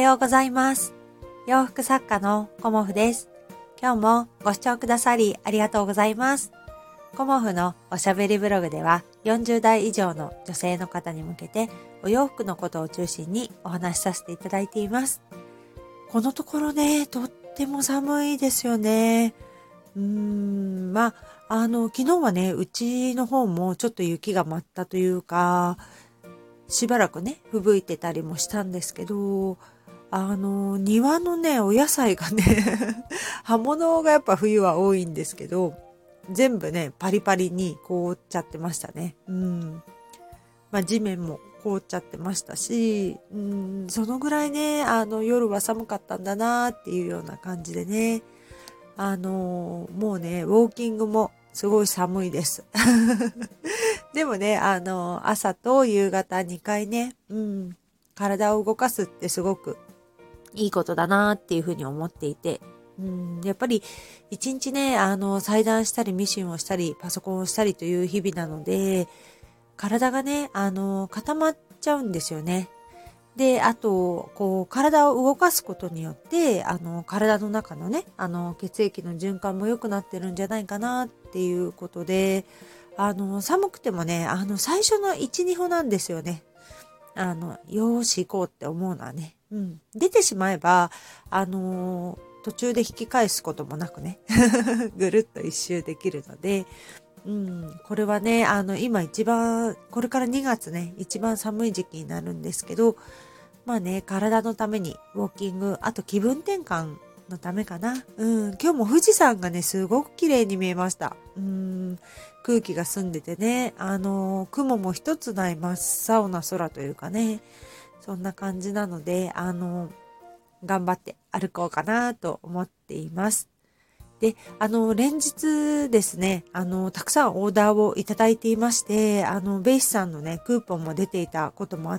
ようございます。洋服作家のコモフです。今日もご視聴くださりありがとうございます。コモフのおしゃべりブログでは40代以上の女性の方に向けてお洋服のことを中心にお話しさせていただいています。このところね、とっても寒いですよね。昨日はね、うちの方もちょっと雪が舞ったというか、しばらくね、吹雪いてたりもしたんですけど、庭のね、お野菜がね葉物がやっぱ冬は多いんですけど、全部ね、パリパリに凍っちゃってましたね。地面も凍っちゃってましたし、そのぐらいね、夜は寒かったんだなっていうような感じでね、もうね、ウォーキングもすごい寒いです。でもね、朝と夕方2回ね、体を動かすってすごくいいことだなっていうふうに思っていて、やっぱり一日ね、裁断したりミシンをしたりパソコンをしたりという日々なので、体がね、固まっちゃうんですよね。で、あと、体を動かすことによって、体の中のね、血液の循環も良くなってるんじゃないかなっていうことで、寒くてもね、最初の1、2歩なんですよね。よーし行こうって思うのはね。出てしまえば、途中で引き返すこともなくね、ぐるっと一周できるので、これはね、今一番、これから2月ね、一番寒い時期になるんですけど、まあね、体のためにウォーキング、あと気分転換のためかな。今日も富士山がね、すごく綺麗に見えました。空気が澄んでてね、雲も一つない真っ青な空というかね、そんな感じなので、頑張って歩こうかなと思っています。で、連日ですね、たくさんオーダーをいただいていまして、ベイシさんのね、クーポンも出ていたこともあって、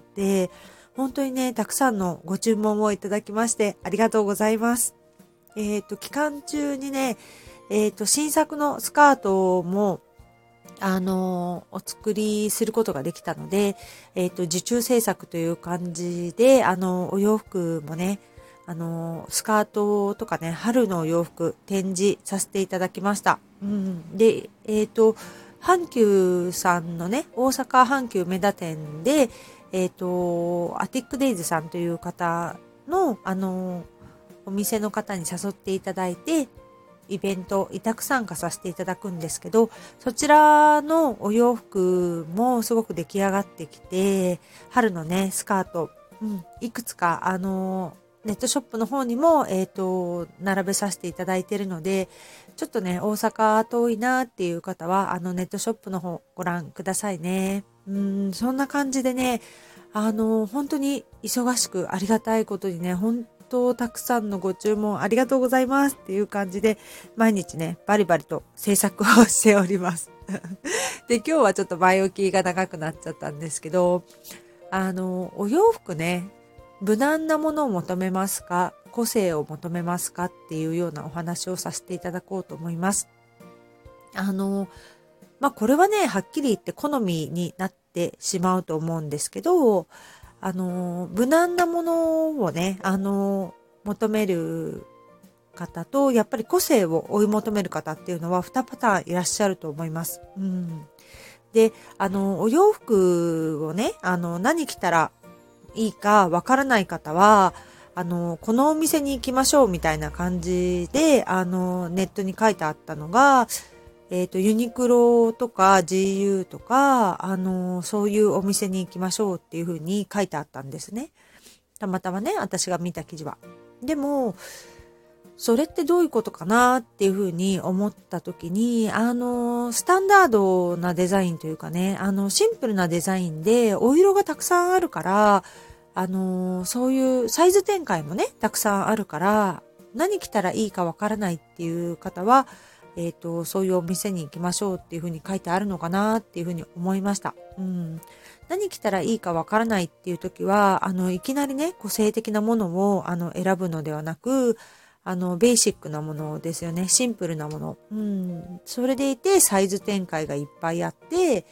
本当にね、たくさんのご注文をいただきまして、ありがとうございます。期間中にね、新作のスカートも、お作りすることができたので、受注制作という感じで、お洋服もね、スカートとかね、春の洋服展示させていただきました。で、阪急さんのね、大阪阪急梅田店で、アティックデイズさんという方の、お店の方に誘っていただいて、イベント、委託参加させていただくんですけど、そちらのお洋服もすごく出来上がってきて、春のね、スカート、いくつか、ネットショップの方にも、並べさせていただいているので、ちょっとね、大阪遠いなっていう方は、ネットショップの方ご覧くださいね。そんな感じでね、本当に忙しくありがたいことにね、本当たくさんのご注文ありがとうございますっていう感じで、毎日ね、バリバリと制作をしております。で、今日はちょっと前置きが長くなっちゃったんですけど、お洋服ね、無難なものを求めますか、個性を求めますかっていうようなお話をさせていただこうと思います。これはね、はっきり言って好みになってしまうと思うんですけど、無難なものをね、求める方と、やっぱり個性を追い求める方っていうのは2パターンいらっしゃると思います。で、お洋服をね、何着たらいいかわからない方は、このお店に行きましょうみたいな感じで、ネットに書いてあったのが、ユニクロとか GU とか、そういうお店に行きましょうっていう風に書いてあったんですね。たまたまね、私が見た記事は。でも、それってどういうことかなっていう風に思った時に、スタンダードなデザインというかね、シンプルなデザインで、お色がたくさんあるから、そういうサイズ展開もね、たくさんあるから、何着たらいいかわからないっていう方は、そういうお店に行きましょうっていう風に書いてあるのかなっていう風に思いました。何着たらいいかわからないっていう時は、いきなりね、個性的なものを、選ぶのではなく、ベーシックなものですよね。シンプルなもの。それでいて、サイズ展開がいっぱいあって、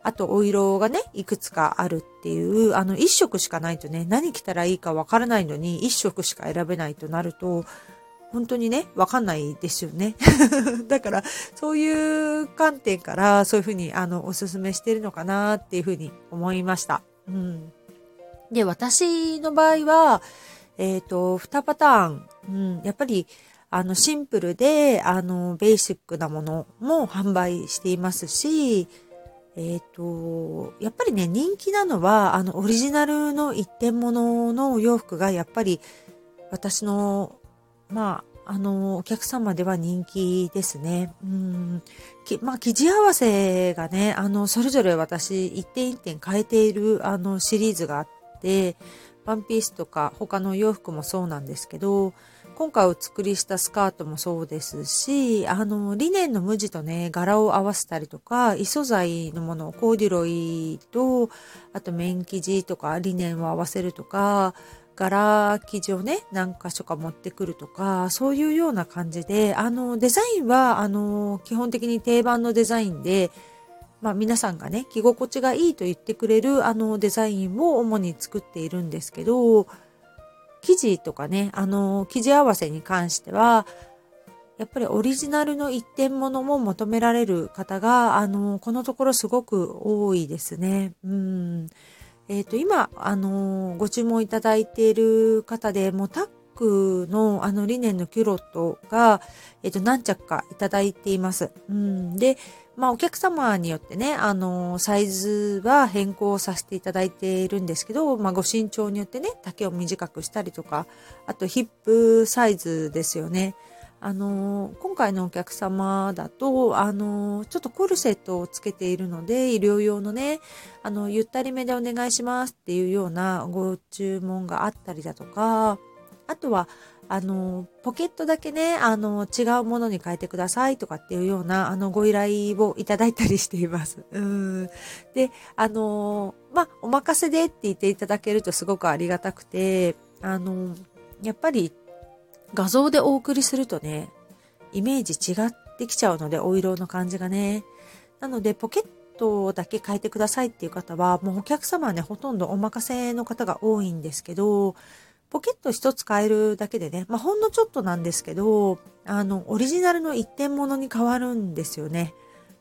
あとお色がね、いくつかあるっていう、一色しかないとね、何着たらいいかわからないのに、一色しか選べないとなると、本当にね、わかんないですよね。だから、そういう観点から、そういうふうに、おすすめしてるのかなっていうふうに思いました。うん。で、私の場合は、2パターン。うん、やっぱり、シンプルで、ベーシックなものも販売していますし、やっぱりね、人気なのは、オリジナルの一点物のお洋服が、やっぱり、私の、お客様では人気ですね。生地合わせがね、それぞれ私、一点一点変えている、シリーズがあって、ワンピースとか、他のお洋服もそうなんですけど、今回お作りしたスカートもそうですし、リネンの無地とね、柄を合わせたりとか、異素材のものをコーデュロイと、あと綿生地とかリネンを合わせるとか、柄生地をね、何箇所か持ってくるとか、そういうような感じで、デザインは、基本的に定番のデザインで、皆さんがね、着心地がいいと言ってくれる、デザインを主に作っているんですけど、生地とかね、生地合わせに関しては、やっぱりオリジナルの一点物も求められる方が、このところすごく多いですね。今、ご注文いただいている方で、もうタックのリネンのキュロットが、何着かいただいています。で、お客様によってね、サイズは変更させていただいているんですけど、ご身長によってね、丈を短くしたりとか、あとヒップサイズですよね。今回のお客様だと、ちょっとコルセットをつけているので、医療用のね、ゆったりめでお願いしますっていうようなご注文があったりだとか、あとは、ポケットだけね、違うものに変えてくださいとかっていうような、ご依頼をいただいたりしています。で、お任せでって言っていただけるとすごくありがたくて、やっぱり、画像でお送りするとね、イメージ違ってきちゃうので、お色の感じがね。なので、ポケットだけ変えてくださいっていう方は、もうお客様はね、ほとんどお任せの方が多いんですけど、ポケット一つ変えるだけでね、ほんのちょっとなんですけど、オリジナルの一点物に変わるんですよね。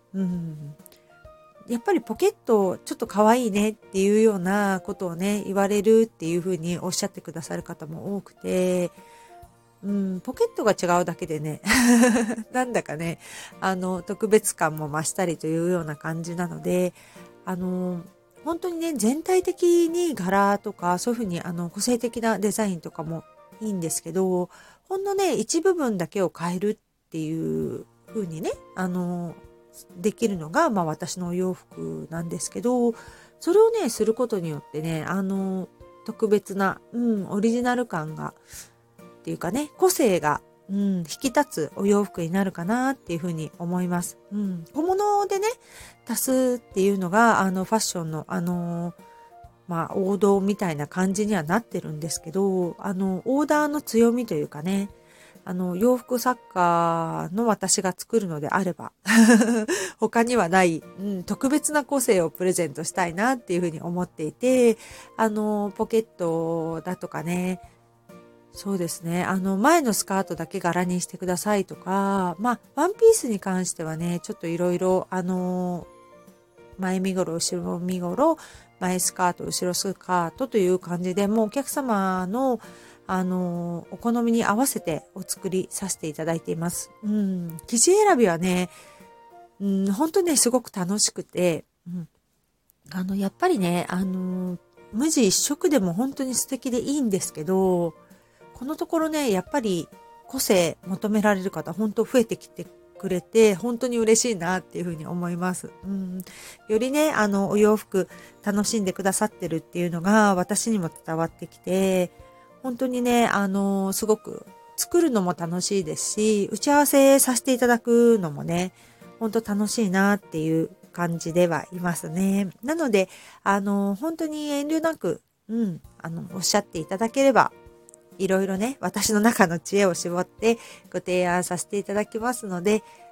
やっぱりポケットちょっと可愛いねっていうようなことをね、言われるっていうふうにおっしゃってくださる方も多くて、ポケットが違うだけでね、なんだかね、特別感も増したりというような感じなので、本当にね、全体的に柄とか、そういうふうに個性的なデザインとかもいいんですけど、ほんのね、一部分だけを変えるっていうふうにね、できるのが、私のお洋服なんですけど、それをね、することによってね、特別な、オリジナル感が、っていうかね、個性が、引き立つお洋服になるかなっていうふうに思います。小物でね、足すっていうのが、ファッションの、王道みたいな感じにはなってるんですけど、オーダーの強みというかね、洋服作家の私が作るのであれば、他にはない、特別な個性をプレゼントしたいなっていうふうに思っていて、ポケットだとかね、そうですね。前のスカートだけ柄にしてくださいとか、ワンピースに関してはね、ちょっといろいろ、前身頃、後ろ身頃、前スカート、後ろスカートという感じで、もうお客様の、お好みに合わせてお作りさせていただいています。生地選びはね、本当ね、すごく楽しくて、やっぱりね、無地一色でも本当に素敵でいいんですけど、このところね、やっぱり個性求められる方、本当増えてきてくれて、本当に嬉しいなっていうふうに思います。よりね、お洋服楽しんでくださってるっていうのが私にも伝わってきて、本当にね、すごく作るのも楽しいですし、打ち合わせさせていただくのもね、本当楽しいなっていう感じではいますね。なので、本当に遠慮なく、おっしゃっていただければ、いろいろね、私の中の知恵を絞ってご提案させていただきますので、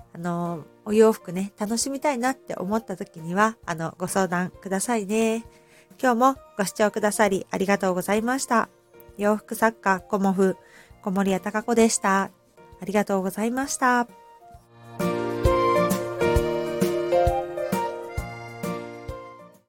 お洋服ね、楽しみたいなって思った時には、ご相談くださいね。今日もご視聴くださりありがとうございました。洋服作家、コモフ、小森屋隆子でした。ありがとうございました。